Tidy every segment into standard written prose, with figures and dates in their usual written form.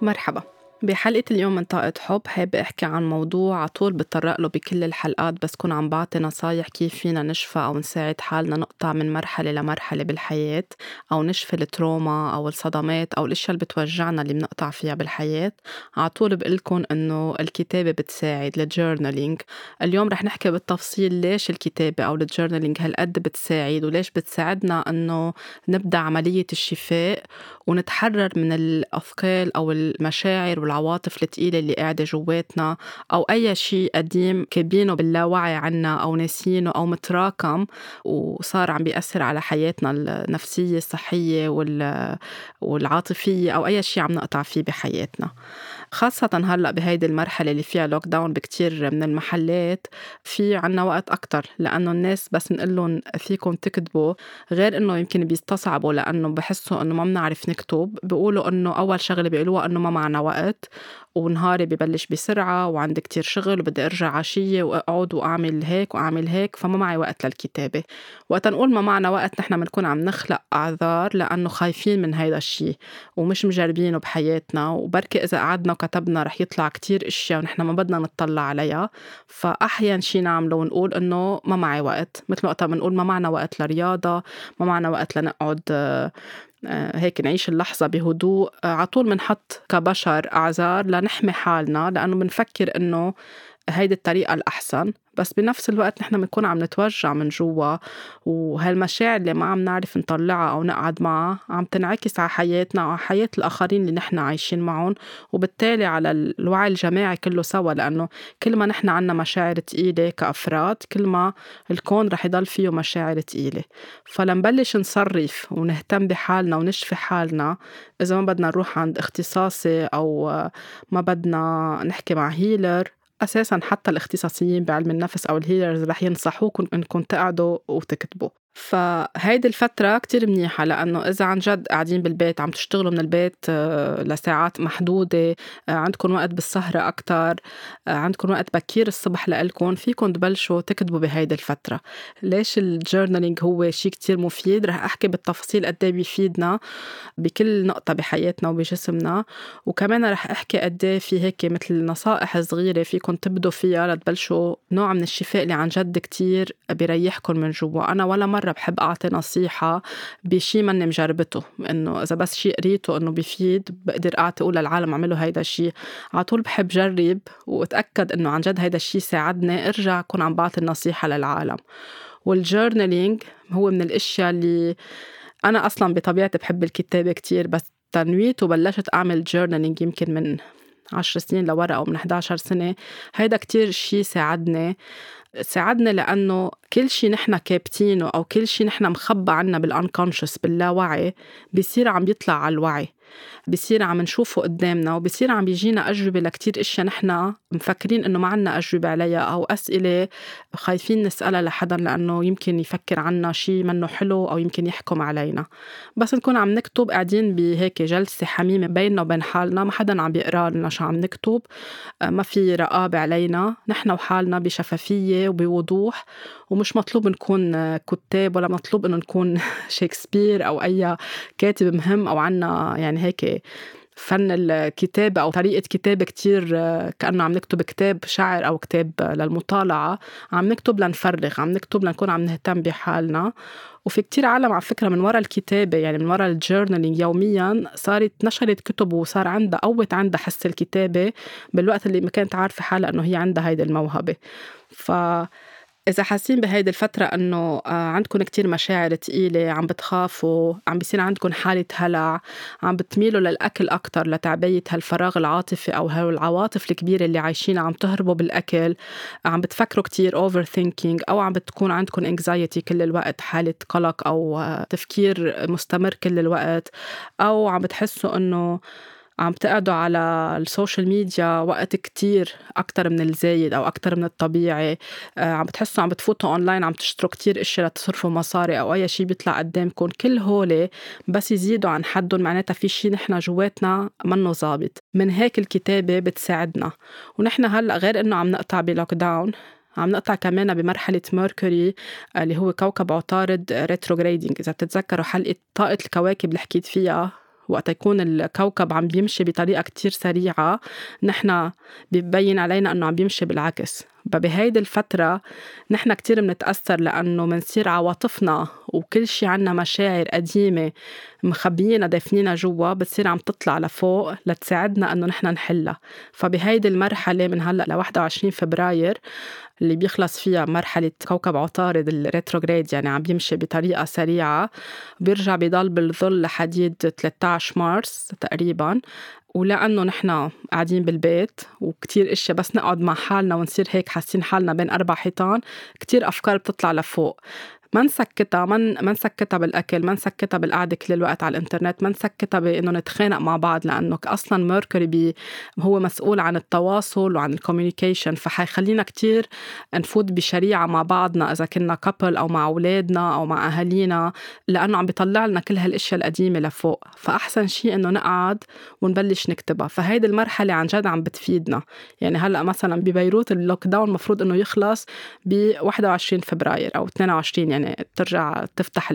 مرحبا. بحلقة اليوم من طاقة حب حابة أحكي عن موضوع عطول بتطرق له بكل الحلقات، بس كون عم بعطي نصايح كيف فينا نشفى أو نساعد حالنا نقطع من مرحلة لمرحلة بالحياة، أو نشفي التروما أو الصدمات أو الأشياء اللي بتوجعنا اللي بنقطع فيها بالحياة. عطول بقلكن إنه الكتابة بتساعد، الجورنالينج. اليوم رح نحكي بالتفصيل ليش الكتابة أو الجورنالينج هالقد بتساعد، وليش بتساعدنا إنه نبدأ عملية الشفاء ونتحرر من الأثقال أو المشاعر والعواطف الثقيلة اللي قاعدة جواتنا، أو أي شيء قديم كابينه باللاوعي عنا أو ناسينه أو متراكم وصار عم بيأثر على حياتنا النفسية الصحية والعاطفية، أو أي شيء عم نقطع فيه بحياتنا. خاصة هلأ بهيدي المرحلة اللي فيها لوك داون بكتير من المحلات، في عنا وقت أكتر، لأنه الناس بس نقلن فيكم تكتبوا، غير إنه يمكن بيستصعبوا لأنه بحسوا إنه ما بنعرف نكتب، بيقولوا إنه أول شغلة بيقولوها إنه ما معنا وقت، ونهاري ببلش بسرعة وعندي كتير شغل وبدي أرجع عشية وأقعد وأعمل هيك وأعمل هيك، فما معي وقت للكتابة. وقت نقول ما معنا وقت نحن بنكون عم نخلق أعذار لأنه خايفين من هيدا الشي ومش مجربينه بحياتنا، وبركي إذا قعدنا وكتبنا رح يطلع كتير اشياء ونحن ما بدنا نطلع عليها. فأحيان شي نعمله ونقول إنه ما معي وقت، مثل وقتها بنقول ما معنا وقت لرياضة، ما معنا وقت لنقعد هيك نعيش اللحظة بهدوء. عطول منحط كبشر أعذار لنحمي حالنا، لأنه بنفكر إنه هيدي الطريقة الأحسن، بس بنفس الوقت نحن بنكون عم نتوجع من جوا، وهالمشاعر اللي ما عم نعرف نطلعها أو نقعد معها عم تنعكس على حياتنا وعلى حياة الآخرين اللي نحن عايشين معهم، وبالتالي على الوعي الجماعي كله سوا. لأنه كل ما نحن عنا مشاعر تقيلة كأفراد، كل ما الكون رح يضل فيه مشاعر تقيلة. فلنبلش نصرف ونهتم بحالنا ونشفي حالنا، إذا ما بدنا نروح عند اختصاصي أو ما بدنا نحكي مع هيلر. أساساً حتى الاختصاصيين بعلم النفس أو الهيلرز رح ينصحوكم إنكم تقعدوا وتكتبوا. فهيدي الفترة كتير منيحة، لأنه إذا عن جد قاعدين بالبيت عم تشتغلوا من البيت لساعات محدودة، عندكم وقت بالسهرة أكتر، عندكم وقت بكير الصبح لإلكم، فيكم تبلشوا تكتبوا بهيدي الفترة. ليش الجورنالينج هو شيء كتير مفيد؟ رح أحكي بالتفاصيل قد ايه بيفيدنا بكل نقطة بحياتنا وبجسمنا، وكمان رح أحكي قد ايه في هيك مثل نصائح صغيرة فيكم تبدوا فيها لتبلشوا نوع من الشفاء اللي عن جد كتير بيريحكم من جوا. أنا ولا مرة بحب أعطي نصيحة بشي ماني مجربته، إنه إذا بس شي قريته إنه بيفيد بقدر أعطي أقول للعالم عملوا هيدا الشي. عطول بحب جرب وأتأكد إنه عن جد هيدا الشي ساعدني أرجع أكون عم بعطي النصيحة للعالم. والجورنالينج هو من الأشياء اللي أنا أصلاً بطبيعتي بحب الكتابة كتير، بس تنويت وبلشت أعمل جورنالينج يمكن من 10 سنين لورا أو من 11 سنة. هيدا كتير شي ساعدني لأنه كل شي نحنا كابتينه أو كل شي نحنا مخبى عنا بالانكونشس باللاوعي بيصير عم بيطلع على الوعي، بيصير عم نشوفه قدامنا، وبيصير عم بيجينا أجوبة لكتير إشياء نحنا مفكرين إنه ما عنا أجوبة عليها، أو أسئلة خايفين نسألها لحدا لأنه يمكن يفكر عنا شي منه حلو أو يمكن يحكم علينا. بس نكون عم نكتب قاعدين بهيك جلسة حميمة بيننا وبين حالنا، ما حدا عم بيقرأ لنا شو عم نكتب، ما في رقابة علينا، نحنا وحالنا بشفافية وبوضوح. ومش مطلوب نكون كتاب ولا مطلوب إنه نكون شكسبير أو أي كاتب مهم، أو عنا يعني هيك فن الكتابة أو طريقة كتابة كتير كأنه عم نكتب كتاب شعر أو كتاب للمطالعة. عم نكتب لنفرغ، عم نكتب لنكون عم نهتم بحالنا. وفي كتير عالم على فكرة من وراء الكتابة، يعني من وراء الجورنالينج يوميا صارت نشرت كتب وصار عندها قوت عندها حس الكتابة بالوقت اللي ما كانت عارفة حالها أنه هي عندها هيدا الموهبة. إذا حاسين بهيدي الفترة أنه عندكم كتير مشاعر تقيلة، عم بتخافوا، عم بيصير عندكم حالة هلع، عم بتميلوا للأكل أكتر لتعبية هالفراغ العاطفي أو هالعواطف الكبيرة اللي عايشين، عم تهربوا بالأكل، عم بتفكروا كتير overthinking، أو عم بتكون عندكم anxiety كل الوقت، حالة قلق أو تفكير مستمر كل الوقت، أو عم بتحسوا أنه عم تقعدوا على السوشيال ميديا وقت كتير أكتر من الزايد أو أكتر من الطبيعي، عم بتحسوا عم بتفوتوا أونلاين عم تشتروا كتير إشياء لتصرفوا مصاري أو أي شي بيطلع قدامكم، كل هولي بس يزيدوا عن حدهم معناتها في شي نحنا جواتنا منه ظابط. من هيك الكتابة بتساعدنا. ونحن هلأ غير إنه عم نقطع بلوك داون، عم نقطع كمان بمرحلة ميركوري اللي هو كوكب عطارد ريتروغريدينج. إذا بتتذكروا حلقة طاقة الكواكب اللي حكيت فيها وقت يكون الكوكب عم بيمشي بطريقة كتير سريعة نحن بيبين علينا أنه عم بيمشي بالعكس. فبهيدي الفترة نحن كتير منتأثر لأنه منصير عواطفنا وكل شي عنا مشاعر قديمة مخبيينا دافنينا جوا بتصير عم تطلع لفوق لتساعدنا أنه نحن نحلها. فبهيدي المرحلة من هلأ ل 21 فبراير اللي بيخلص فيها مرحلة كوكب عطارد الريتروغريد، يعني عم بيمشي بطريقة سريعة، بيرجع بيضل بالظل لحديد 13 مارس تقريباً. ولأنه نحن قاعدين بالبيت وكتير اشياء بس نقعد مع حالنا ونصير هيك حاسين حالنا بين 4 حيطان، كتير أفكار بتطلع لفوق. ما نسكتها، ما نسكتها بالأكل، ما نسكتها بالقعدة كل الوقت على الإنترنت، ما نسكتها بإنه نتخانق مع بعض، لأنه أصلاً ميركوري هو مسؤول عن التواصل وعن الكوميونيكيشن، فحيخلينا كتير نفوت بشريعة مع بعضنا إذا كنا كابل أو مع أولادنا أو مع أهالينا، لأنه عم بيطلع لنا كل هالأشياء القديمة لفوق. فأحسن شيء إنه نقعد ونبلش نكتبها. فهيدي المرحلة عن جد عم بتفيدنا. يعني هلأ مثلاً ببيروت اللوك داون مفروض إنه يخلص ب 21 فبراير أو 22، يعني ترجع تفتح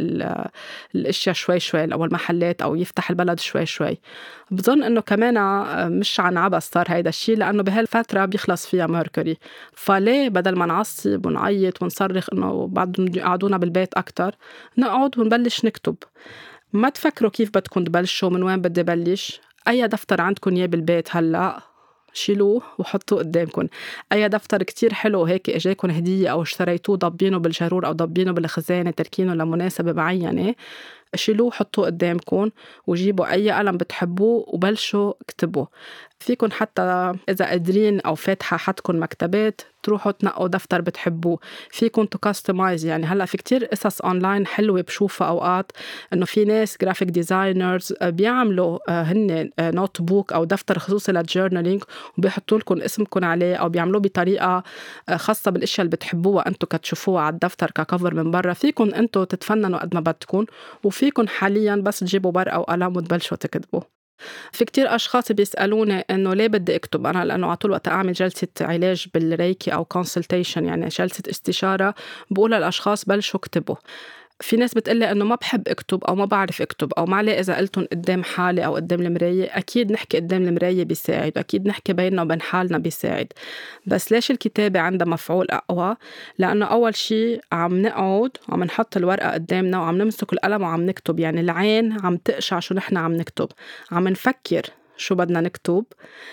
الاشياء شوي شوي أو المحلات أو يفتح البلد شوي شوي. بظن إنه كمان مش عن عبث صار هيدا الشيء، لأنه بهالفترة بيخلص فيها ميركوري. فليه بدل ما نعصب ونعيط ونصرخ إنه بعدهم يقعدونا بالبيت أكتر، نقعد ونبلش نكتب. ما تفكروا كيف بدكم تبلشوا، من وين بدي بلش. أي دفتر عندكم إياه بالبيت هلأ شيلوه وحطوه قدامكم. أي دفتر كتير حلو هيك إجاكم هدية أو اشتريتوه ضبينه بالجرور أو ضبينه بالخزانة تركينه لمناسبة معينة، شيلوه حطوه قدامكم وجيبوا أي قلم بتحبوه وبلشوا اكتبوا. فيكن حتى إذا قادرين أو فاتحة حدكن مكتبات تروحوا تنقوا دفتر بتحبوه. فيكن تكستمايز، يعني هلأ في كتير قصص أونلاين حلوة بشوفها أوقات إنه في ناس جرافيك ديزاينرز بيعملوا هن نوت بوك أو دفتر خصوصي للجورنالينج وبيحطوا لكم اسمكم عليه أو بيعملوه بطريقة خاصة بالأشياء اللي بتحبوها أنتوا كتشوفوها على الدفتر ككفر من برا. فيكن أنتوا تتفننوا قد ما بدكم، وفيكن حالياً بس تجيبوا ورقة وقلم وتبلشوا تكتبوا. في كتير أشخاص بيسألوني إنه ليه بدي أكتب أنا، لأنه على طول وقت أعمل جلسة علاج بالريكي أو consultation يعني جلسة استشارة بقول للأشخاص بلشوا اكتبوا. في ناس بتقلي إنه ما بحب أكتب أو ما بعرف أكتب أو ما عليه إذا قلتن قدام حالي أو قدام المراية. أكيد نحكي قدام المراية بيساعد، وأكيد نحكي بيننا وبين حالنا بيساعد. بس ليش الكتابة عندها مفعول أقوى؟ لأنه أول شي عم نقعد وعم نحط الورقة قدامنا وعم نمسك القلم وعم نكتب، يعني العين عم تقشع شو نحن عم نكتب، عم نفكر شو بدنا نكتب.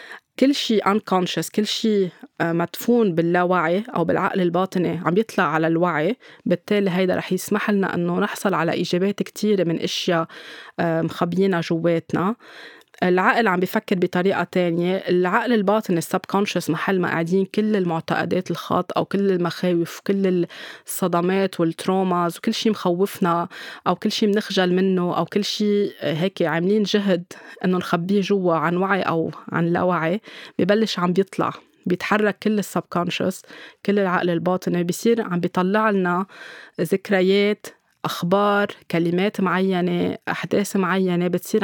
كل شيء unconscious، كل شيء مدفون باللاوعي أو بالعقل الباطني عم يطلع على الوعي. بالتالي هيدا رح يسمح لنا أنه نحصل على إجابات كتيرة من أشياء مخبيينها جواتنا. العقل عم بيفكر بطريقة تانية. العقل الباطن subconscious محل ما قاعدين كل المعتقدات الخاطئة أو كل المخاوف وكل الصدمات والتروماز وكل شيء مخوفنا أو كل شيء منخجل منه أو كل شيء هيك عاملين جهد إنه نخبيه جوا عن وعي أو عن لا وعي، ببلش عم بيطلع بيتحرك كل السبكونشس، كل العقل الباطني بيصير عم بيطلع لنا ذكريات، أخبار، كلمات معينة، أحداث معينة بتصير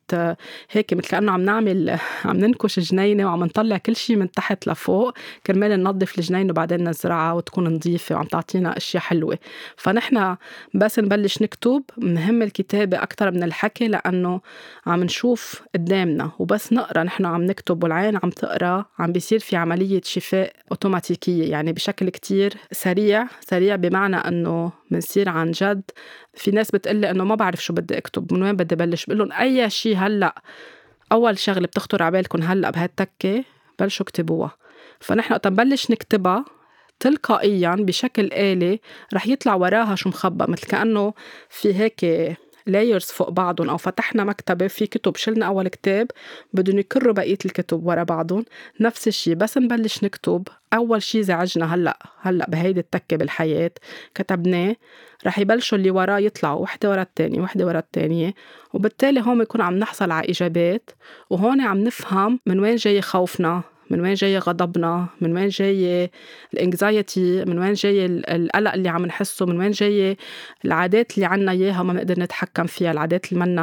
هيك مثل كأنه عم ننكش جنينة وعم نطلع كل شيء من تحت لفوق كرمال ننظف الجنينة وبعدين نزرعها وتكون نظيفة وعم تعطينا أشياء حلوة. فنحن بس نبلش نكتب. مهم الكتابة أكتر من الحكي لأنه عم نشوف قدامنا، وبس نقرأ نحن عم نكتب والعين عم تقرأ عم بيصير في عملية شفاء أوتوماتيكية، يعني بشكل كتير سريع بمعنى أنه منصير عن جد. في ناس بتقلي إنه ما بعرف شو بدي أكتب، من وين بدي بلش؟ بقول لهم أي شيء هلأ أول شغلة بتخطر على بالكم هلأ بهالتكة بلشوا اكتبوها. فنحن وقت نبلش نكتبها تلقائياً بشكل آلي رح يطلع وراها شو مخبى، مثل كأنه في هيك لايرز فوق بعضهم، أو فتحنا مكتبة في كتب شلنا أول كتاب بدهم يكروا بقية الكتب ورا بعضهم. نفس الشيء بس نبلش نكتب أول شيء زعجنا هلأ بهيدي التكة بالحياة كتبناه، رح يبلشوا اللي وراه يطلعوا وحدة ورا التانية وحدة ورا التانية. وبالتالي هون يكون عم نحصل على إجابات، وهون عم نفهم من وين جاي خوفنا، من وين جاي غضبنا، من وين جاي الانكزايتي، من وين جاي القلق اللي عم نحسه، من وين جاي العادات اللي عنا إياها ما نقدر نتحكم فيها، العادات اللي منا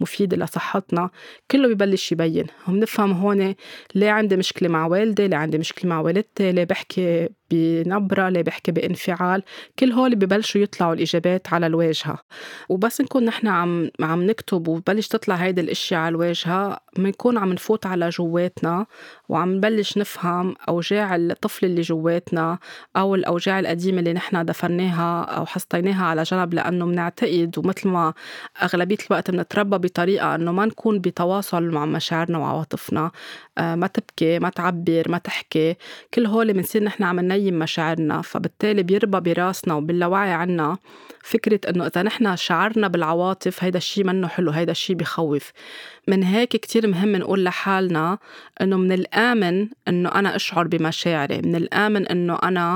مفيدة لصحتنا كله ببلش يبين. وبنفهم هون ليه عندي مشكلة مع والدي، ليه عندي مشكلة مع والدتي، ليه بحكي بنبرة، ليه بحكي بانفعال. كل هول ببلشوا يطلعوا الإجابات على الواجهة. وبس نكون نحن عم نكتب وبلش تطلع هيدي الاشياء على الواجهة، بنكون عم نفوت على جواتنا وعم نبلش نفهم أوجاع الطفل اللي جواتنا، أو الأوجاع القديمة اللي نحن دفناها أو حسطيناها على جنب، لأنه منعتقد ومثل ما أغلبية الوقت منتربى بطريقة أنه ما نكون بتواصل مع مشاعرنا وعواطفنا. ما تبكي، ما تعبر، ما تحكي. كل هول منصير نحن عم ننيم مشاعرنا، فبالتالي بيربى براسنا وباللاوعي عنا فكرة إنه إذا نحن شعرنا بالعواطف هيدا الشي منه حلو، هيدا الشي بخوف. من هيك كتير مهم نقول لحالنا إنه من الآمن إنه أنا أشعر بمشاعري، من الآمن إنه أنا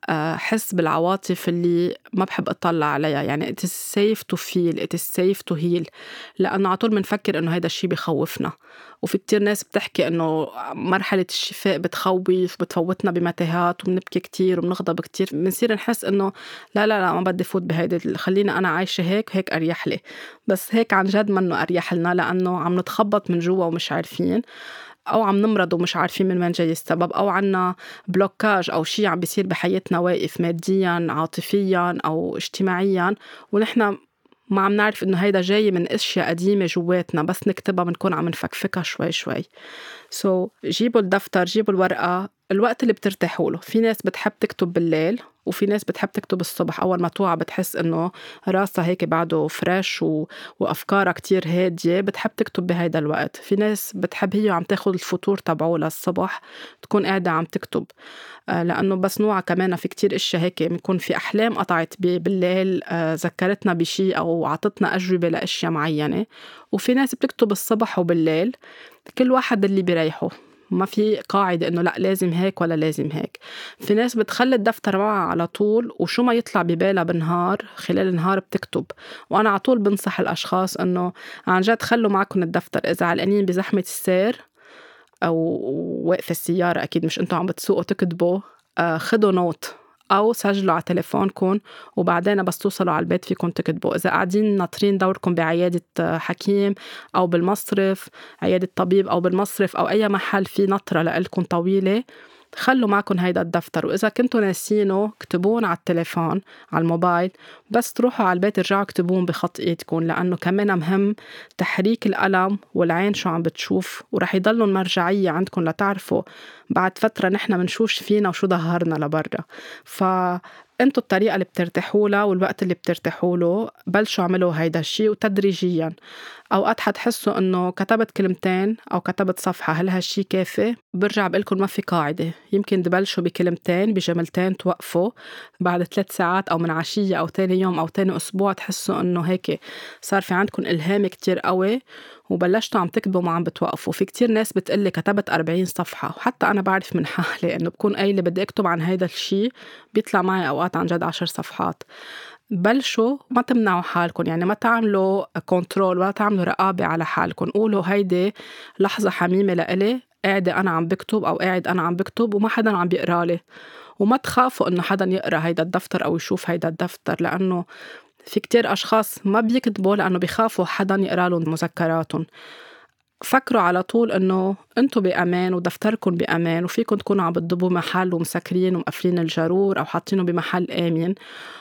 حس بالعواطف اللي ما بحب أطلع عليها. يعني it is safe to feel, it is safe to heal. لأنه على طول منفكر إنه هيدا الشي بخوفنا. وفي كتير ناس بتحكي إنه مرحلة الشفاء بتخوف، بتفوتنا بمتاهات وبنبكي كتير وبنغضب كتير. بنصير نحس إنه لا لا لا، ما بدي فوت بهيدا، خلينا أنا عايشة هيك أريح لي. بس هيك عن جد منه أريح لنا، لأنه عم نتخبط من جوا ومش عارفين، أو عم نمرض ومش عارفين من وين جاي السبب، أو عنا بلوكاج أو شي عم بيصير بحياتنا واقف مادياً عاطفياً أو اجتماعياً، ونحن ما عم نعرف إنه هيدا جاي من أشياء قديمة جواتنا. بس نكتبها بنكون عم نفكفكها شوي شوي. جيبوا الدفتر، جيبوا الورقة، الوقت اللي بترتاحوا له. في ناس بتحب تكتب بالليل، وفي ناس بتحب تكتب الصبح أول ما توعى بتحس إنه راسها هيك بعده فريش وأفكارها كتير هادية، بتحب تكتب بهيدا الوقت. في ناس بتحب هي عم تاخد الفطور تبعه للصبح تكون قاعدة عم تكتب. لأنه بس نوعا كمان في كتير إشياء هيك بيكون في أحلام قطعت بالليل، ذكرتنا بشي أو عطتنا أجوبة لأشياء معينة. وفي ناس بتكتب الصبح وبالليل، كل واحد اللي بيريحه. ما في قاعدة إنه لأ لازم هيك ولا لازم هيك. في ناس بتخلي الدفتر معها على طول وشو ما يطلع ببالها بالنهار خلال النهار بتكتب. وأنا على طول بنصح الأشخاص إنه عن جد خلوا معكم الدفتر إذا علقانين بزحمة السير أو واقفة السيارة. أكيد مش أنتوا عم بتسوقوا تكتبوا. خدوا نوت أو سجلوا على تليفونكم، وبعدين بس توصلوا على البيت فيكم تكتبوا. إذا قاعدين ناطرين دوركم بعيادة حكيم أو بالمصرف، عيادة طبيب أو بالمصرف أو أي محل في نطرة لإلكم طويلة، خلوا معكم هيدا الدفتر. وإذا كنتوا ناسينه اكتبون على التليفون على الموبايل، بس تروحوا على البيت ارجعوا اكتبون بخط ايدكم، لأنه كمان مهم تحريك القلم والعين شو عم بتشوف، ورح يضلوا المرجعية عندكم لتعرفوا بعد فترة نحن منشوش فينا وشو ظهرنا لبرا. فأنتوا الطريقة اللي بترتاحوا لها والوقت اللي بترتاحوا له بلشوا عملوا هيدا الشيء، وتدريجيا أوقات حتحسوا إنه كتبت كلمتين أو كتبت صفحة، هل هالشي كافي؟ برجع بقولكم ما في قاعدة. يمكن تبلشوا بكلمتين بجملتين توقفوا بعد 3 ساعات أو من عشية أو تاني يوم أو تاني أسبوع تحسوا إنه هيك صار في عندكم إلهام كتير قوي وبلشتوا عم تكتبوا ما عم بتوقفوا. في كتير ناس بتقلي كتبت 40 صفحة، وحتى أنا بعرف من حالي إنه بكون قايلة بدي أكتب عن هيدا الشي بيطلع معي أوقات عن جد 10 صفحات. بلشوا، ما تمنعوا حالكم، يعني ما تعملوا كنترول ولا تعملوا رقابة على حالكم. قولوا هيدي لحظة حميمة لإلي، قاعدة أنا عم بكتب أو قاعد أنا عم بكتب وما حدا عم بيقرالي. وما تخافوا إنه حدا يقرأ هيدا الدفتر أو يشوف هيدا الدفتر، لأنه في كتير أشخاص ما بيكتبوا لأنه بيخافوا حدا يقرالهم مذكراتهم. فكروا على طول إنه أنتوا بأمان ودفتركم بأمان، وفيكم تكونوا عم بتضبوا محل ومسكرين ومقفلين الجرور أو حاطينه بمحل آمن.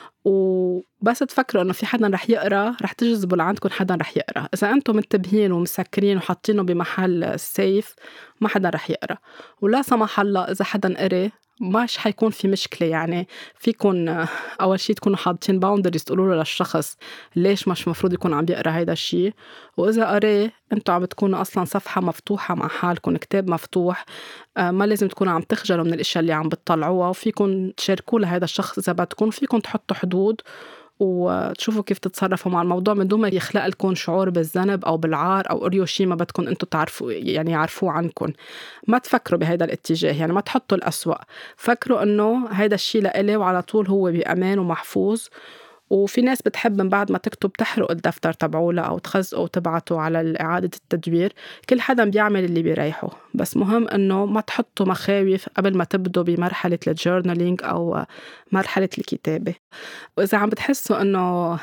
وبس تفكروا إنه في حدا رح يقرأ، رح تجذبوا لعندكم حدا رح يقرأ. إذا أنتم منتبهين ومسكرين وحاطينه بمحل سيف ما حدا رح يقرأ. ولا سمح الله إذا حدا قرأ مش حيكون في مشكلة. يعني فيكن أول شي تكونوا حاطين باوندريز، تقولوا له للشخص ليش مش مفروض يكون عم بيقرأ هيدا الشي. وإذا قرأ أنتوا عم بتكونوا أصلاً صفحة مفتوحة مع حالكم، كتاب مفتوح. ما لازم تكونوا عم تخجلوا من الاشياء اللي عم بتطلعوها، وفيكن تشاركوا لهذا الشخص اذا بدكم. فيكن تحطوا حدود وتشوفوا كيف تتصرفوا مع الموضوع من دون ما يخلق لكم شعور بالذنب او بالعار او قريو شيء ما بدكم انتم تعرفوا، يعني يعرفوه عنكم. ما تفكروا بهذا الاتجاه، يعني ما تحطوا الأسوأ. فكروا انه هذا الشيء لإلي وعلى طول هو بأمان ومحفوظ. وفي ناس بتحب من بعد ما تكتب تحرق الدفتر تبعوله أو تخزقه وتبعته على إعادة التدوير. كل حدا بيعمل اللي بيريحه، بس مهم إنه ما تحطوا مخاوف قبل ما تبدوا بمرحلة الجورنالينج أو مرحلة الكتابة. وإذا عم بتحسوا إنه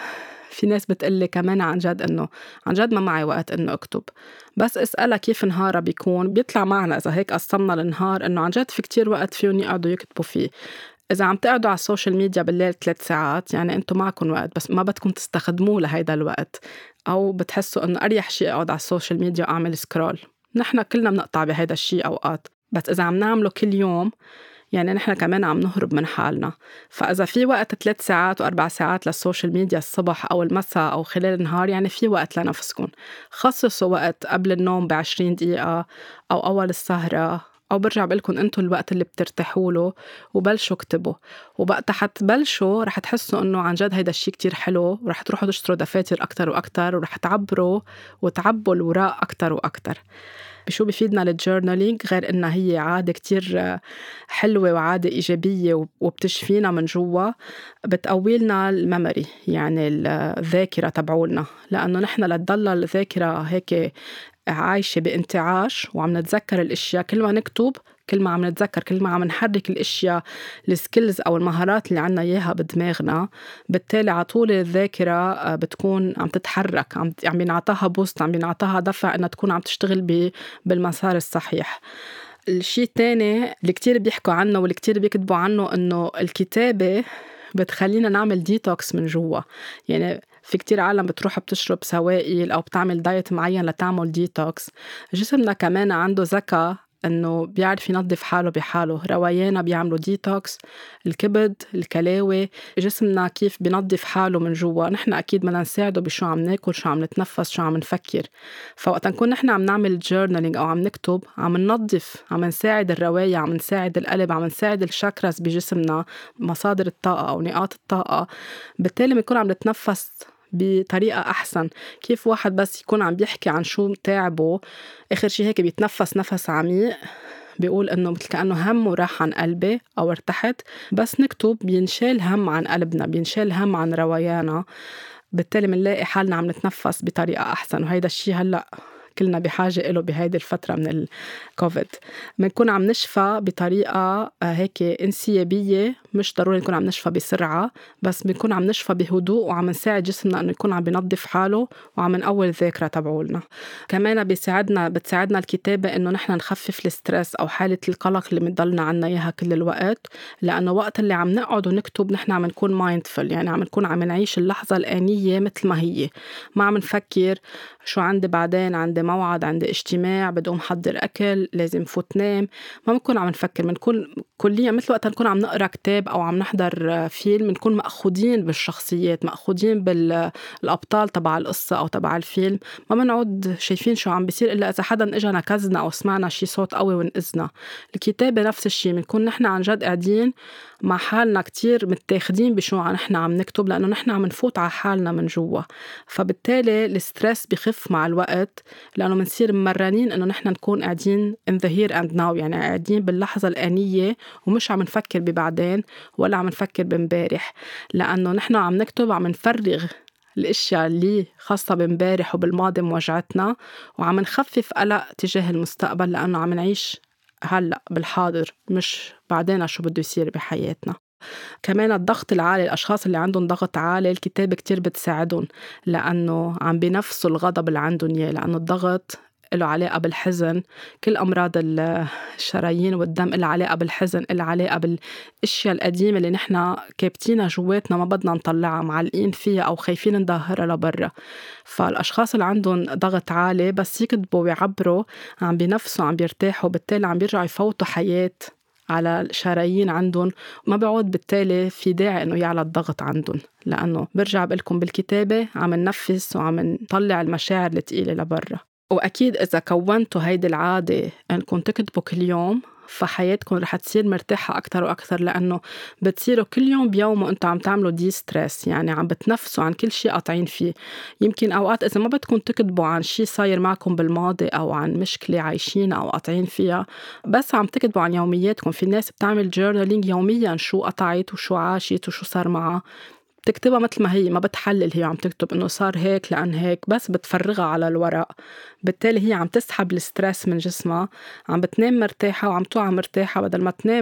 في ناس بتقلي كمان عن جد إنه عن جد ما معي وقت إنه أكتب، بس اسألها كيف نهارها بيكون بيطلع معنا إذا هيك قسمنا النهار إنه عن جد في كتير وقت فيهم يقعدوا يكتبوا فيه. إذا عم تقعدوا على السوشيال ميديا بالليل 3 ساعات يعني أنتوا معكم وقت بس ما بدكم تستخدموه لهيدا الوقت، أو بتحسوا إنه أريح شي أقعد على السوشيال ميديا وأعمل سكرول. نحن كلنا بنقطع بهيدا الشي أوقات، بس إذا عم نعمله كل يوم يعني نحن كمان عم نهرب من حالنا. فإذا في وقت 3 ساعات و4 ساعات للسوشيال ميديا الصبح أو المساء أو خلال النهار يعني في وقت لنفسكم. خصصوا وقت قبل النوم ب20 دقيقة أو أول السهرة، أو برجع بقلكن أنتوا الوقت اللي بترتاحوا له وبلشوا اكتبوا. وبقت حتبلشوا رح تحسوا إنه عن جد هيدا الشي كتير حلو، ورح تروحوا تشتروا دفاتر أكتر وأكتر ورح تعبروا وتعبوا الوراق أكتر وأكتر. بشو بيفيدنا الجورنالينج غير إنها هي عادة كتير حلوة وعادة إيجابية وبتشفينا من جوا؟ بتقويلنا الميموري يعني الذاكرة تبعولنا، لأنه نحن لتضل الذاكرة هيك عايشة بانتعاش وعم نتذكر الاشياء. كل ما نكتب كل ما عم نتذكر، كل ما عم نحرك الاشياء السكيلز او المهارات اللي عنا اياها بدماغنا، بالتالي على طول الذاكرة بتكون عم تتحرك، عم بينعطاها بوست، عم بينعطاها دفع انها تكون عم تشتغل بالمسار الصحيح. الشيء الثاني اللي كتير بيحكوا عنه واللي كتير بيكتبوا عنه انه الكتابة بتخلينا نعمل ديتوكس من جوا. يعني في كتير عالم بتروح بتشرب سوائل أو بتعمل دايت معين لتعمل ديتوكس. جسمنا كمان عنده ذكاء إنه بيعرف ينظف حاله بحاله. روايانا بيعملوا ديتوكس، الكبد، الكلاوي، جسمنا كيف بينظف حاله من جوا. نحن أكيد بدنا نساعده بشو عم ناكل، شو عم نتنفس، شو عم نفكر. فوقت نكون نحن عم نعمل جورنالينج أو عم نكتب عم ننظف، عم نساعد الرواية، عم نساعد القلب، عم نساعد الشاكراس بجسمنا، مصادر الطاقة أو نقاط الطاقة. بالتالي بنكون عم نتنفس بطريقة أحسن. كيف واحد بس يكون عم بيحكي عن شو تعبه آخر شي هيك بيتنفس نفس عميق بيقول إنه مثل كأنه هم وراح عن قلبي أو ارتحت. بس نكتب بينشال هم عن قلبنا، بينشال هم عن روايانا، بالتالي منلاقي حالنا عم نتنفس بطريقة أحسن. وهيدا الشي هلأ كلنا بحاجة إله بهيدي الفترة من الكوفيد. بنكون عم نشفى بطريقة هيك انسيابية، مش ضروري نكون عم نشفى بسرعة، بس بنكون عم نشفى بهدوء وعم نساعد جسمنا إنه يكون عم بينظف حاله وعم نقوي الذاكرة تبعولنا. كمان بتساعدنا الكتابة إنه نحن نخفف السترس أو حالة القلق اللي بنضلنا عنا إياها كل الوقت، لأنه وقت اللي عم نقعد ونكتب نحن عم نكون مايندفul، يعني عم نكون عم نعيش اللحظة الآنية مثل ما هي، ما عم نفكر شو عندي بعدين، عندي موعد، عندي اجتماع، بدي أقوم حضر أكل، لازم فوت نام. ما بنكون عم نفكر، بنكون كليا مثل وقت نكون عم نقرأ كتاب أو عم نحضر فيلم، بنكون مأخودين بالشخصيات، مأخودين بالأبطال تبع القصة أو تبع الفيلم. ما بنعود شايفين شو عم بيصير إلا إذا حدا إجا نكزنا أو سمعنا شي صوت قوي ونقزنا. الكتابة نفس الشي، بنكون نحن عن جد قاعدين مع حالنا كتير متاخدين بشو نحن عم نكتب، لأنه نحن عم نفوت على حالنا من جوا. فبالتالي السترس بخف مع الوقت، لأنه منصير ممرنين إنه نحن نكون قاعدين in the here and now، يعني قاعدين باللحظة الآنية ومش عم نفكر ببعدين ولا عم نفكر بمبارح. لأنه نحن عم نكتب عم نفرغ الاشياء اللي خاصة بمبارح وبالماضي موجعتنا، وعم نخفف قلق تجاه المستقبل، لأنه عم نعيش هلأ بالحاضر مش بعدين شو بده يصير بحياتنا. كمان الضغط العالي، الأشخاص اللي عندهم ضغط عالي الكتابة كتير بتساعدهم، لأنه عم بنفسوا الغضب اللي عندهم إياه، لأنه الضغط له علاقة بالحزن. كل أمراض الشرايين والدم له علاقة بالحزن، له علاقة بالأشياء القديمة اللي نحن كابتينها جواتنا ما بدنا نطلعها، معلقين فيها أو خايفين نظهرها لبرا. فالأشخاص اللي عندهم ضغط عالي بس يكتبوا ويعبروا عم بنفسوا، عم بيرتاحوا، بالتالي عم بيرجعوا يفوتوا حياة على الشرايين عندهم، وما بيعود بالتالي في داعي إنه يعلى الضغط عندهم، لأنه برجع بقلكم بالكتابة عم ننفس وعم نطلع المشاعر الثقيلة لبرا. وأكيد إذا كونتوا هيدي العادة أنكم تكتبوا كل يوم فحياتكم رح تصير مرتاحة أكتر وأكتر، لأنه بتصيروا كل يوم بيوم وأنتوا عم تعملوا دي ستريس، يعني عم بتنفسوا عن كل شيء قاطعين فيه. يمكن أوقات إذا ما بدكم تكتبوا عن شيء صاير معكم بالماضي أو عن مشكلة عايشين أو قاطعين فيها، بس عم تكتبوا عن يومياتكم. في ناس بتعمل جورنالينج يوميا شو قطعت وشو عاشت وشو صار معها، بتكتبها مثل ما هي، ما بتحلل. هي عم تكتب إنه صار هيك لأن هيك، بس بتفرغها على الورق. بالتالي هي عم تسحب الستريس من جسمها، عم بتنام مرتاحة وعم توعى مرتاحة، بدل ما تنام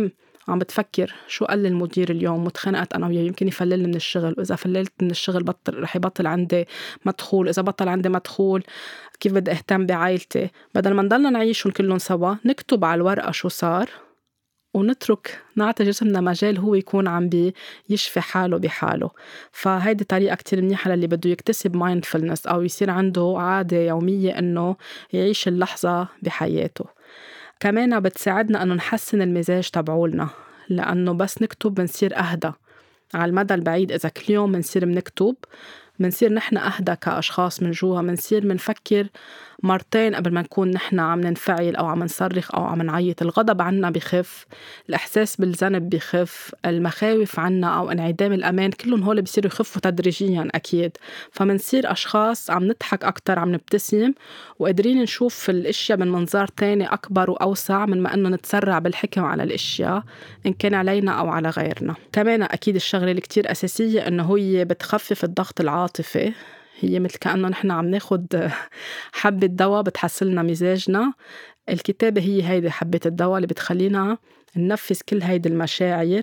عم بتفكر شو قال لي المدير اليوم وتخانقت أنا وياه، يمكن يفللني من الشغل، وإذا فللت من الشغل رح يبطل عندي مدخول، إذا بطل عندي مدخول كيف بدي أهتم بعائلتي. بدل ما نضلنا نعيشهم كلهم سوا، نكتب على الورقة شو صار ونترك نعطي جسمنا مجال هو يكون عم يشفي حاله بحاله. فهيدي طريقة كتير منيحة للي بده يكتسب mindfulness أو يصير عنده عادة يومية إنه يعيش اللحظة بحياته. كمان بتساعدنا إنه نحسن المزاج تبعولنا، لأنه بس نكتب بنصير أهدى على المدى البعيد. إذا كل يوم منصير منكتب، منصير نحن أهدى كأشخاص من جوا، منصير منفكر مرتين قبل ما نكون نحن عم ننفعل أو عم نصرخ أو عم نعيط. الغضب عنا بخف، الإحساس بالذنب بخف، المخاوف عنا أو انعدام الأمان، كلهم هول بيصيروا يخفوا تدريجيا أكيد. فمنصير أشخاص عم نضحك أكتر، عم نبتسم، وقادرين نشوف الأشياء من منظار تاني أكبر وأوسع من ما أنه نتسرع بالحكم على الأشياء إن كان علينا أو على غيرنا. كمان أكيد الشغلة اللي كتير أساسية إنه هي بتخفف الضغط العاطفي. هي مثل كأنه نحن عم ناخد حبة دواء بتحسلنا مزاجنا. الكتابة هي هيدي حبة الدواء اللي بتخلينا ننفذ كل هيدي المشاعر،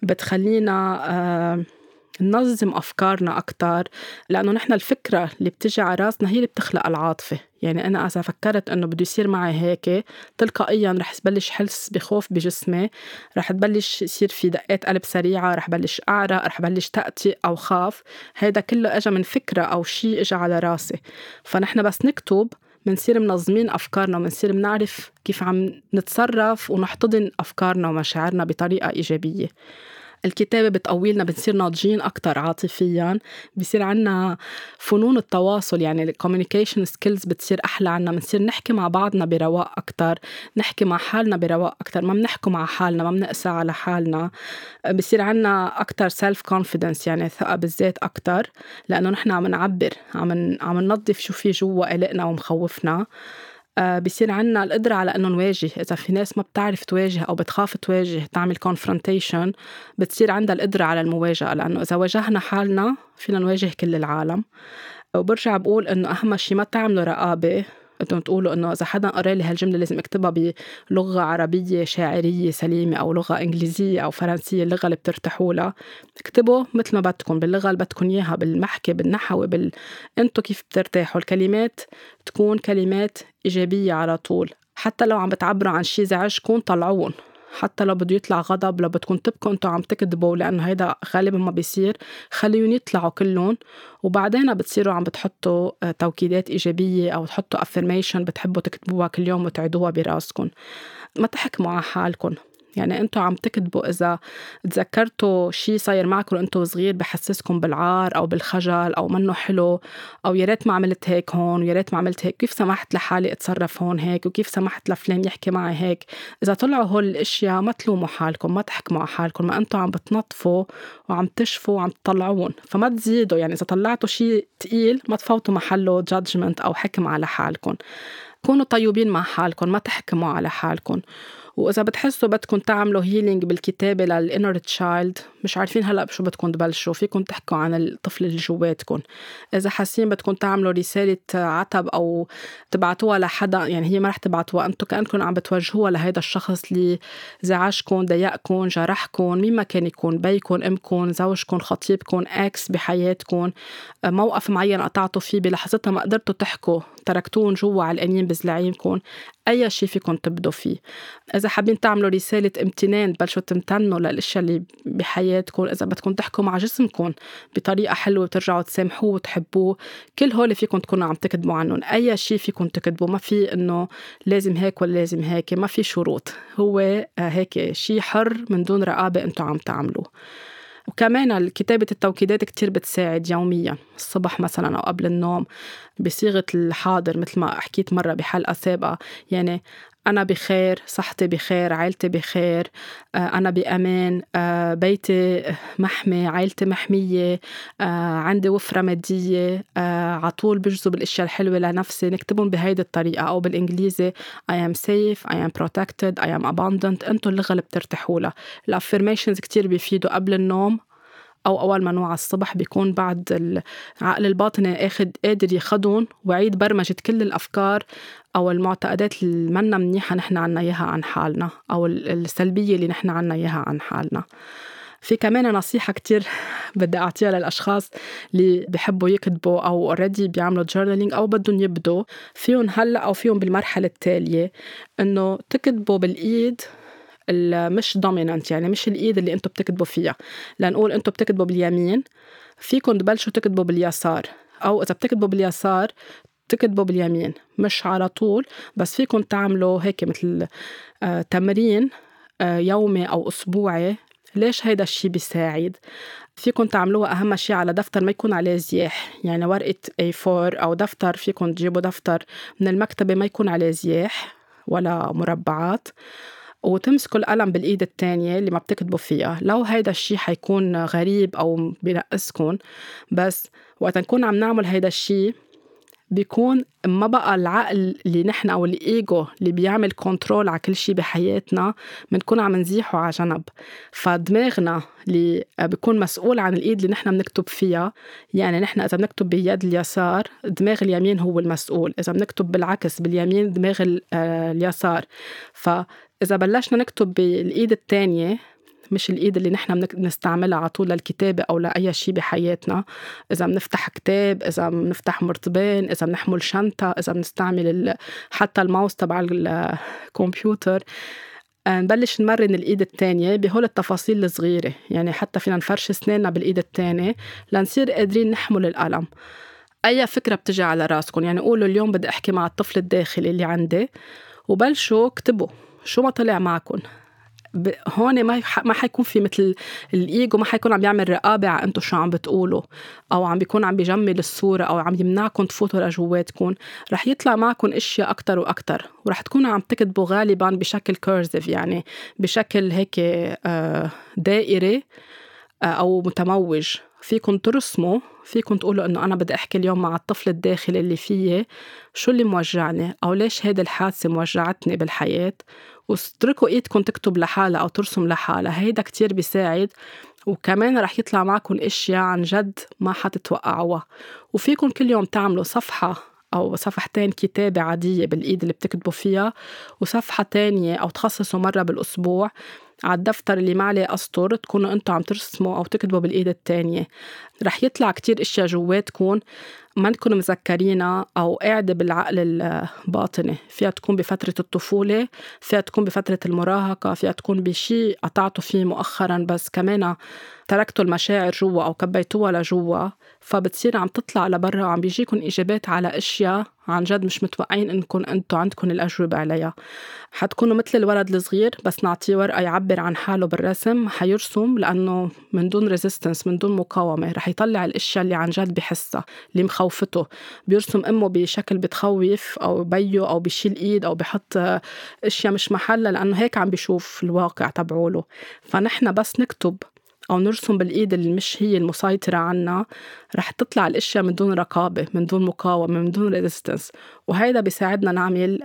بتخلينا ننظم أفكارنا أكتر، لأنه نحن الفكرة اللي بتجي على راسنا هي اللي بتخلق العاطفة. يعني أنا إذا فكرت أنه بده يصير معي هيك، تلقائيا رح بلش حس بخوف بجسمي، رح تبلش يصير في دقات قلب سريعة، رح بلش أعرق، رح بلش تأتي أو خاف. هيدا كله أجا من فكرة أو شيء أجا على راسي. فنحن بس نكتب منصير منظمين أفكارنا، ومنصير منعرف كيف عم نتصرف ونحتضن أفكارنا ومشاعرنا بطريقة إيجابية. الكتابة بتقويلنا، بنصير ناضجين أكتر عاطفياً، بيصير عنا فنون التواصل، يعني ال communication skills بتصير أحلى عنا، بنصير نحكي مع بعضنا برواق أكتر، نحكي مع حالنا برواق أكتر، ما بنحكي مع حالنا، ما بنقسى على حالنا. بيصير عنا أكتر self confidence، يعني ثقة بالذات أكتر، لأنه نحن عم نعبر، عم ننظف شو في جوا قلقنا ومخوفنا. بيصير عنا القدرة على أنه نواجه. إذا في ناس ما بتعرف تواجه أو بتخاف تواجه تعمل confrontation، بتصير عندها القدرة على المواجهة، لأنه إذا واجهنا حالنا فينا نواجه كل العالم. وبرجع بقول إنه أهم شي ما تعملوا رقابة، بدهم تقولوا إنه إذا حدا قرأ لي هالجملة لازم اكتبها بلغة عربية شاعرية سليمة أو لغة إنجليزية أو فرنسية، اللغة اللي بترتاحوا لها. اكتبوا مثل ما بدكم، باللغة اللي بدكم إياها، بالمحكي، بالنحو، أنتو كيف بترتاحوا. الكلمات تكون كلمات إيجابية على طول. حتى لو عم بتعبروا عن شي زعجكم طلعون، حتى لو بده يطلع غضب، لو بدكم تبكوا انتوا عم تكذبوا، لأنه هيدا غالبا ما بيصير، خليهم يطلعوا كلهم. وبعدين بتصيروا عم بتحطوا توكيدات إيجابية أو تحطوا affirmation بتحبوا تكتبوها كل يوم وتعيدوها براسكم. ما تحكموا على حالكم. يعني انتوا عم تكذبوا إذا تذكرتوا شي صاير معكم وانتوا صغير بحسسكم بالعار أو بالخجل أو منه حلو، أو يا ريت ما عملت هيك هون، ويا ريت ما عملت هيك، كيف سمحت لحالي اتصرف هون هيك، وكيف سمحت لفلان يحكي معي هيك. إذا طلعوا هول الأشياء ما تلوموا حالكم، ما تحكموا على حالكم، ما أنتوا عم بتنظفوا وعم تشفوا وعم تطلعون. فما تزيدوا، يعني إذا طلعتوا شي تقيل ما تفوتوا محله judgment أو حكم على حالكم. كونوا طيبين مع حالكم، ما تحكموا على حالكم. وإذا بتحسوا بدكم تعملوا هيلينج بالكتابة للإنر تشايلد، مش عارفين هلأ بشو بدكم تبلشوا، فيكم تحكوا عن الطفل اللي جواتكم. إذا حاسين بدكم تعملوا رسالة عتب أو تبعتوها لحدا، يعني هي ما رح تبعتوها أنتوا، كأنكم عم بتوجهوها لهيدا الشخص اللي زعجكم، ضايقكم، جرحكم، مين ما كان يكون، بيكم، أمكم، زوجكم، خطيبكم، أكس بحياتكم، موقف معين قطعتوا فيه بلحظتها ما قدرتوا تحكوا، تركتون جوا علقانين بزلعينكم. أي شيء فيكم تبدوا فيه. إذا حابين تعملوا رسالة امتنان، بلشوا تمتنوا للأشياء اللي بحياتكم. إذا بدكم تحكوا مع جسمكم بطريقة حلوة وترجعوا تسامحوه وتحبوه، كل هول فيكم تكونوا عم تكتبوا عنهم. أي شيء فيكم تكتبوا، ما في إنه لازم هيك ولا لازم هيك، ما في شروط. هو هيك شيء حر من دون رقابة أنتوا عم تعملوه. وكمان كتابة التوكيدات كتير بتساعد يوميا الصبح مثلا أو قبل النوم بصيغة الحاضر، مثل ما حكيت مرة بحلقة سابقة. يعني أنا بخير، صحتي بخير، عائلتي بخير، أنا بأمان، بيتي محمي، عائلتي محمية، عندي وفرة مادية، عطول بجذب الأشياء الحلوة لنفسي. نكتبهم بهيدي الطريقة، أو بالإنجليزي I am safe, I am protected, I am abundant. أنتوا اللغة اللي بترتاحوا لها. الأفيرميشنز كتير بيفيدوا قبل النوم أو أول ما نوعى الصبح بيكون بعد العقل الباطني قادر يخدن ويعيد برمجة كل الأفكار أو المعتقدات اللي منا منيحة نحن عنا إياها عن حالنا، أو السلبية اللي نحن عنا إياها عن حالنا. في كمان نصيحة كتير بدي أعطيها للأشخاص اللي بيحبوا يكتبوا أو already بيعملوا journaling أو بدهم يبدوا فيهم هلأ أو فيهم بالمرحلة التالية، إنه تكتبوا بالإيد مش dominant، يعني مش الإيد اللي أنتوا بتكتبوا فيها. لنقول أنتوا بتكتبوا باليمين، فيكم تبلشوا تكتبوا باليسار، أو إذا بتكتبوا باليسار تكتبوا باليمين، مش على طول، بس فيكم تعملوا هيك مثل تمرين يومي أو أسبوعي. ليش هيدا الشي بيساعد؟ فيكم تعملوها أهم شي على دفتر ما يكون عليه زياح، يعني ورقة A4 أو دفتر، فيكم تجيبوا دفتر من المكتبة ما يكون عليه زياح ولا مربعات، وتمسكوا القلم بالإيد التانية اللي ما بتكتبوا فيها. لو هيدا الشي حيكون غريب أو بينقصكن، بس وقت نكون عم نعمل هيدا الشي بيكون ما بقى العقل اللي نحن أو الإيجو اللي بيعمل كنترول على كل شي بحياتنا بنكون عم نزيحه على جنب. فدماغنا اللي بيكون مسؤول عن الإيد اللي نحن بنكتب فيها، يعني نحن إذا بنكتب باليد اليسار دماغ اليمين هو المسؤول، إذا بنكتب بالعكس باليمين دماغ اليسار. فإذا بلشنا نكتب بالإيد التانية، مش الإيد اللي نحن بنستعملها على طول للكتابة أو لأي شيء بحياتنا، إذا بنفتح كتاب، إذا بنفتح مرطبين، إذا بنحمل شنطة، إذا بنستعمل حتى الماوس تبع الكمبيوتر، نبلش نمرن الإيد التانية بهول التفاصيل الصغيرة. يعني حتى فينا نفرش سناننا بالإيد التانية لنصير قادرين نحمل القلم. أي فكرة بتجي على راسكم، يعني قولوا اليوم بدي أحكي مع الطفل الداخلي اللي عندي، وبلشوا اكتبوا شو ما طلع معكم. هون ما حيكون في مثل الإيجو، ما حيكون عم بيعمل رقابة على أنتوا شو عم بتقولوا، أو عم بيكون عم بيجمل الصورة، أو عم يمنعكم تفوتوا لجواتكم. رح يطلع معكم إشياء أكتر وأكتر، ورح تكونوا عم تكتبوا غالباً بشكل كيرسيف، يعني بشكل هيك دائري أو متموج. فيكم ترسموا، فيكم تقولوا إنه أنا بدي أحكي اليوم مع الطفل الداخلي اللي فيه شو اللي موجعني، أو ليش هيدا الحادثة موجعتني بالحياة، واتركوا إيدكم تكتب لحالها أو ترسم لحالها. هيدا كتير بيساعد، وكمان رح يطلع معكم إشياء عن جد ما حتتوقعوها. وفيكم كل يوم تعملوا صفحة أو صفحتين كتابة عادية بالإيد اللي بتكتبوا فيها، وصفحة تانية أو تخصصوا مرة بالأسبوع على الدفتر اللي ما عليه أسطر تكونوا أنتوا عم ترسموا أو تكتبوا بالإيد التانية. رح يطلع كتير إشياء جواتكم ما نكونوا مذكرينها أو قاعدة بالعقل الباطني. فيها تكون بفترة الطفولة، فيها تكون بفترة المراهقة، فيها تكون بشي قطعتوا فيه مؤخرا بس كمان تركتوا المشاعر جوا أو كبيتوها لجوا، فبتصير عم تطلع لبرا وعم بيجيكم إجابات على أشياء عن جد مش متوقعين إنكم أنتوا عندكم الأجوبة عليها. حتكونوا مثل الولد الصغير بس نعطيه ورقة يعبر عن حاله بالرسم، حيرسم لأنه من دون ريزيستنس، من دون مقاومة، رح يطلع الأشياء اللي عن جد بحسها اللي مخوفته. بيرسم أمه بشكل بتخوف، أو بيو، أو بيشيل إيد، أو بيحط أشياء مش محلها، لأنه هيك عم بيشوف الواقع تبعوله. فنحن بس نكتب أو نرسم بالإيد اللي مش هي المسيطرة عنا، رح تطلع الأشياء من دون رقابة، من دون مقاومة، من دون ريزيستنس. وهيدا بيساعدنا نعمل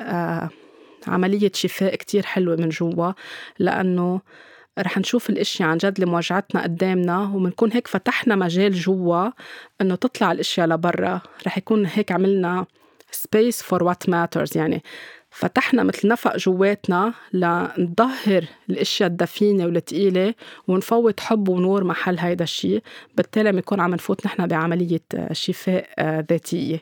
عملية شفاء كتير حلوة من جوا، لأنه رح نشوف الاشياء عن جد اللي مواجعتنا قدامنا، ومنكون هيك فتحنا مجال جوا انه تطلع الاشياء لبرا. رح يكون هيك عملنا space for what matters، يعني فتحنا مثل نفق جواتنا لنظهر الاشياء الدفينة والتقيلة ونفوت حب ونور محل هيدا الشيء. بالتالي بنكون عم نفوت نحن بعملية شفاء ذاتية.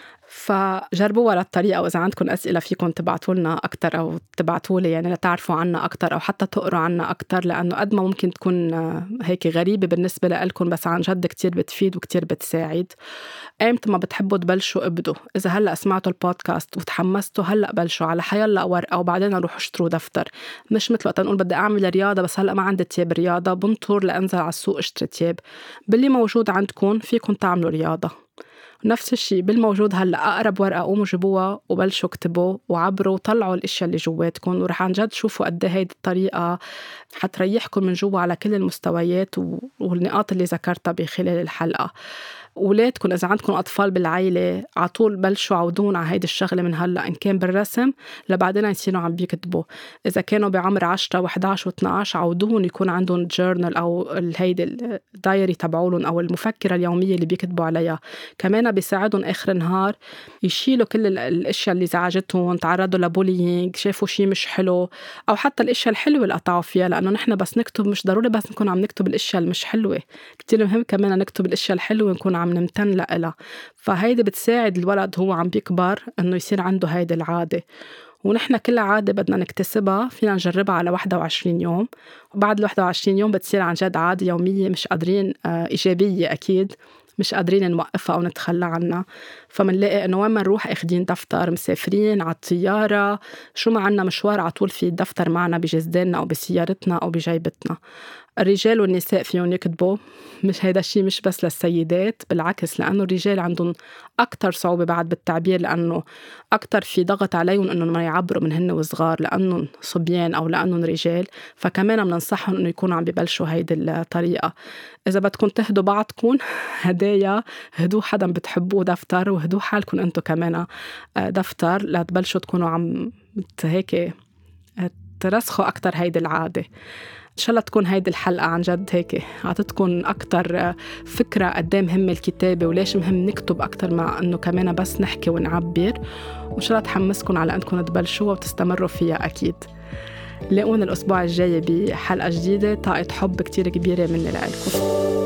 فجربوها للطريقة، وإذا عندكم أسئلة فيكم تبعتوا لنا أكتر أو تبعتوا لي، يعني لتعرفوا عنا أكتر أو حتى تقروا عنا أكتر، لأنه قد ما ممكن تكون هيك غريبة بالنسبة لكم، بس عن جد كتير بتفيد وكتير بتساعد. أيمتى ما بتحبوا تبلشوا ابدوا. إذا هلأ سمعتوا البودكاست وتحمستوا، هلأ بلشوا على حيالله ورقة وبعدين روحوا اشتروا دفتر. مش مثل وقت نقول بدي أعمل رياضة بس هلأ ما عندي تياب رياضة، بنطر لأنزل على السوق اشتري تياب. باللي موجود عندكم فيكم تعملوا رياضة. نفس الشيء بالموجود هلأ، أقرب ورقة قوموا جيبوها وبلشوا اكتبوا وعبروا وطلعوا الاشياء اللي جواتكم، ورح عن جد شوفوا قد هيدي الطريقة حتريحكم من جوا على كل المستويات والنقاط اللي ذكرتها بخلال الحلقة. أولادكم إذا عندكم أطفال بالعيلة عطول بلشوا عودون على هيدي الشغلة من هلأ، إن كان بالرسم لبعدين يصيروا عم بيكتبوا. إذا كانوا بعمر 10 و11 و12 عودون يكون عندهم جورنال أو هيدي الدايري تبعولن أو المفكرة اليومية اللي بيكتبوا عليها. كمان بيساعدهم آخر النهار يشيلوا كل الأشياء اللي زعجتهم، تعرضوا لبولينج، شافوا شي مش حلو، أو حتى الأشياء الحلوة اللي قطعوا فيها، لأنه نحن بس نكتب مش ضروري بس نكون عم نكتب الأشياء اللي مش حلوة، كتير مهم كمان نكتب الأشياء الحلوة ونكون عم نمتن لها. فهيدي بتساعد الولد هو عم بيكبر إنه يصير عنده هيدي العادة. ونحن كل عادة بدنا نكتسبها فينا نجربها على 21 يوم، وبعد 21 يوم بتصير عن جد عادة يومية، مش قادرين إيجابية أكيد، مش قادرين نوقفها أو نتخلى عنها. فمنلاقي إنه وين ما نروح أخدين دفتر، مسافرين على الطيارة، شو ما عنا مشوار عطول في الدفتر معنا بجزداننا أو بسيارتنا أو بجيبتنا. الرجال والنساء فيهم يكتبوا، مش هيدا الشيء مش بس للسيدات، بالعكس، لأنه الرجال عندهم أكتر صعوبة بعد بالتعبير، لأنه أكتر في ضغط عليهم إنه ما يعبروا من هن وصغار لأنهم صبيان أو لأنهم رجال. فكمان بننصحهم إنه يكونوا عم ببلشوا هيدي الطريقة. إذا بدكم تهدوا بعضكم هدايا، هدوا حدا بتحبوه دفتر، وهدوا حالكم أنتوا كمان دفتر لتبلشوا تكونوا عم هيك ترسخوا أكتر هيدي العادة. إن شاء الله تكون هيدي الحلقة عن جد هيك عطتكم أكتر فكرة قد ايه مهم الكتابة وليش مهم نكتب أكتر ما أنه كمان بس نحكي ونعبر. وإن شاء الله تحمسكم على أنكم تبلشوا وتستمروا فيها أكيد. لاقونا الأسبوع الجاي بحلقة جديدة. طاقة حب كتير كبيرة مني لألكم.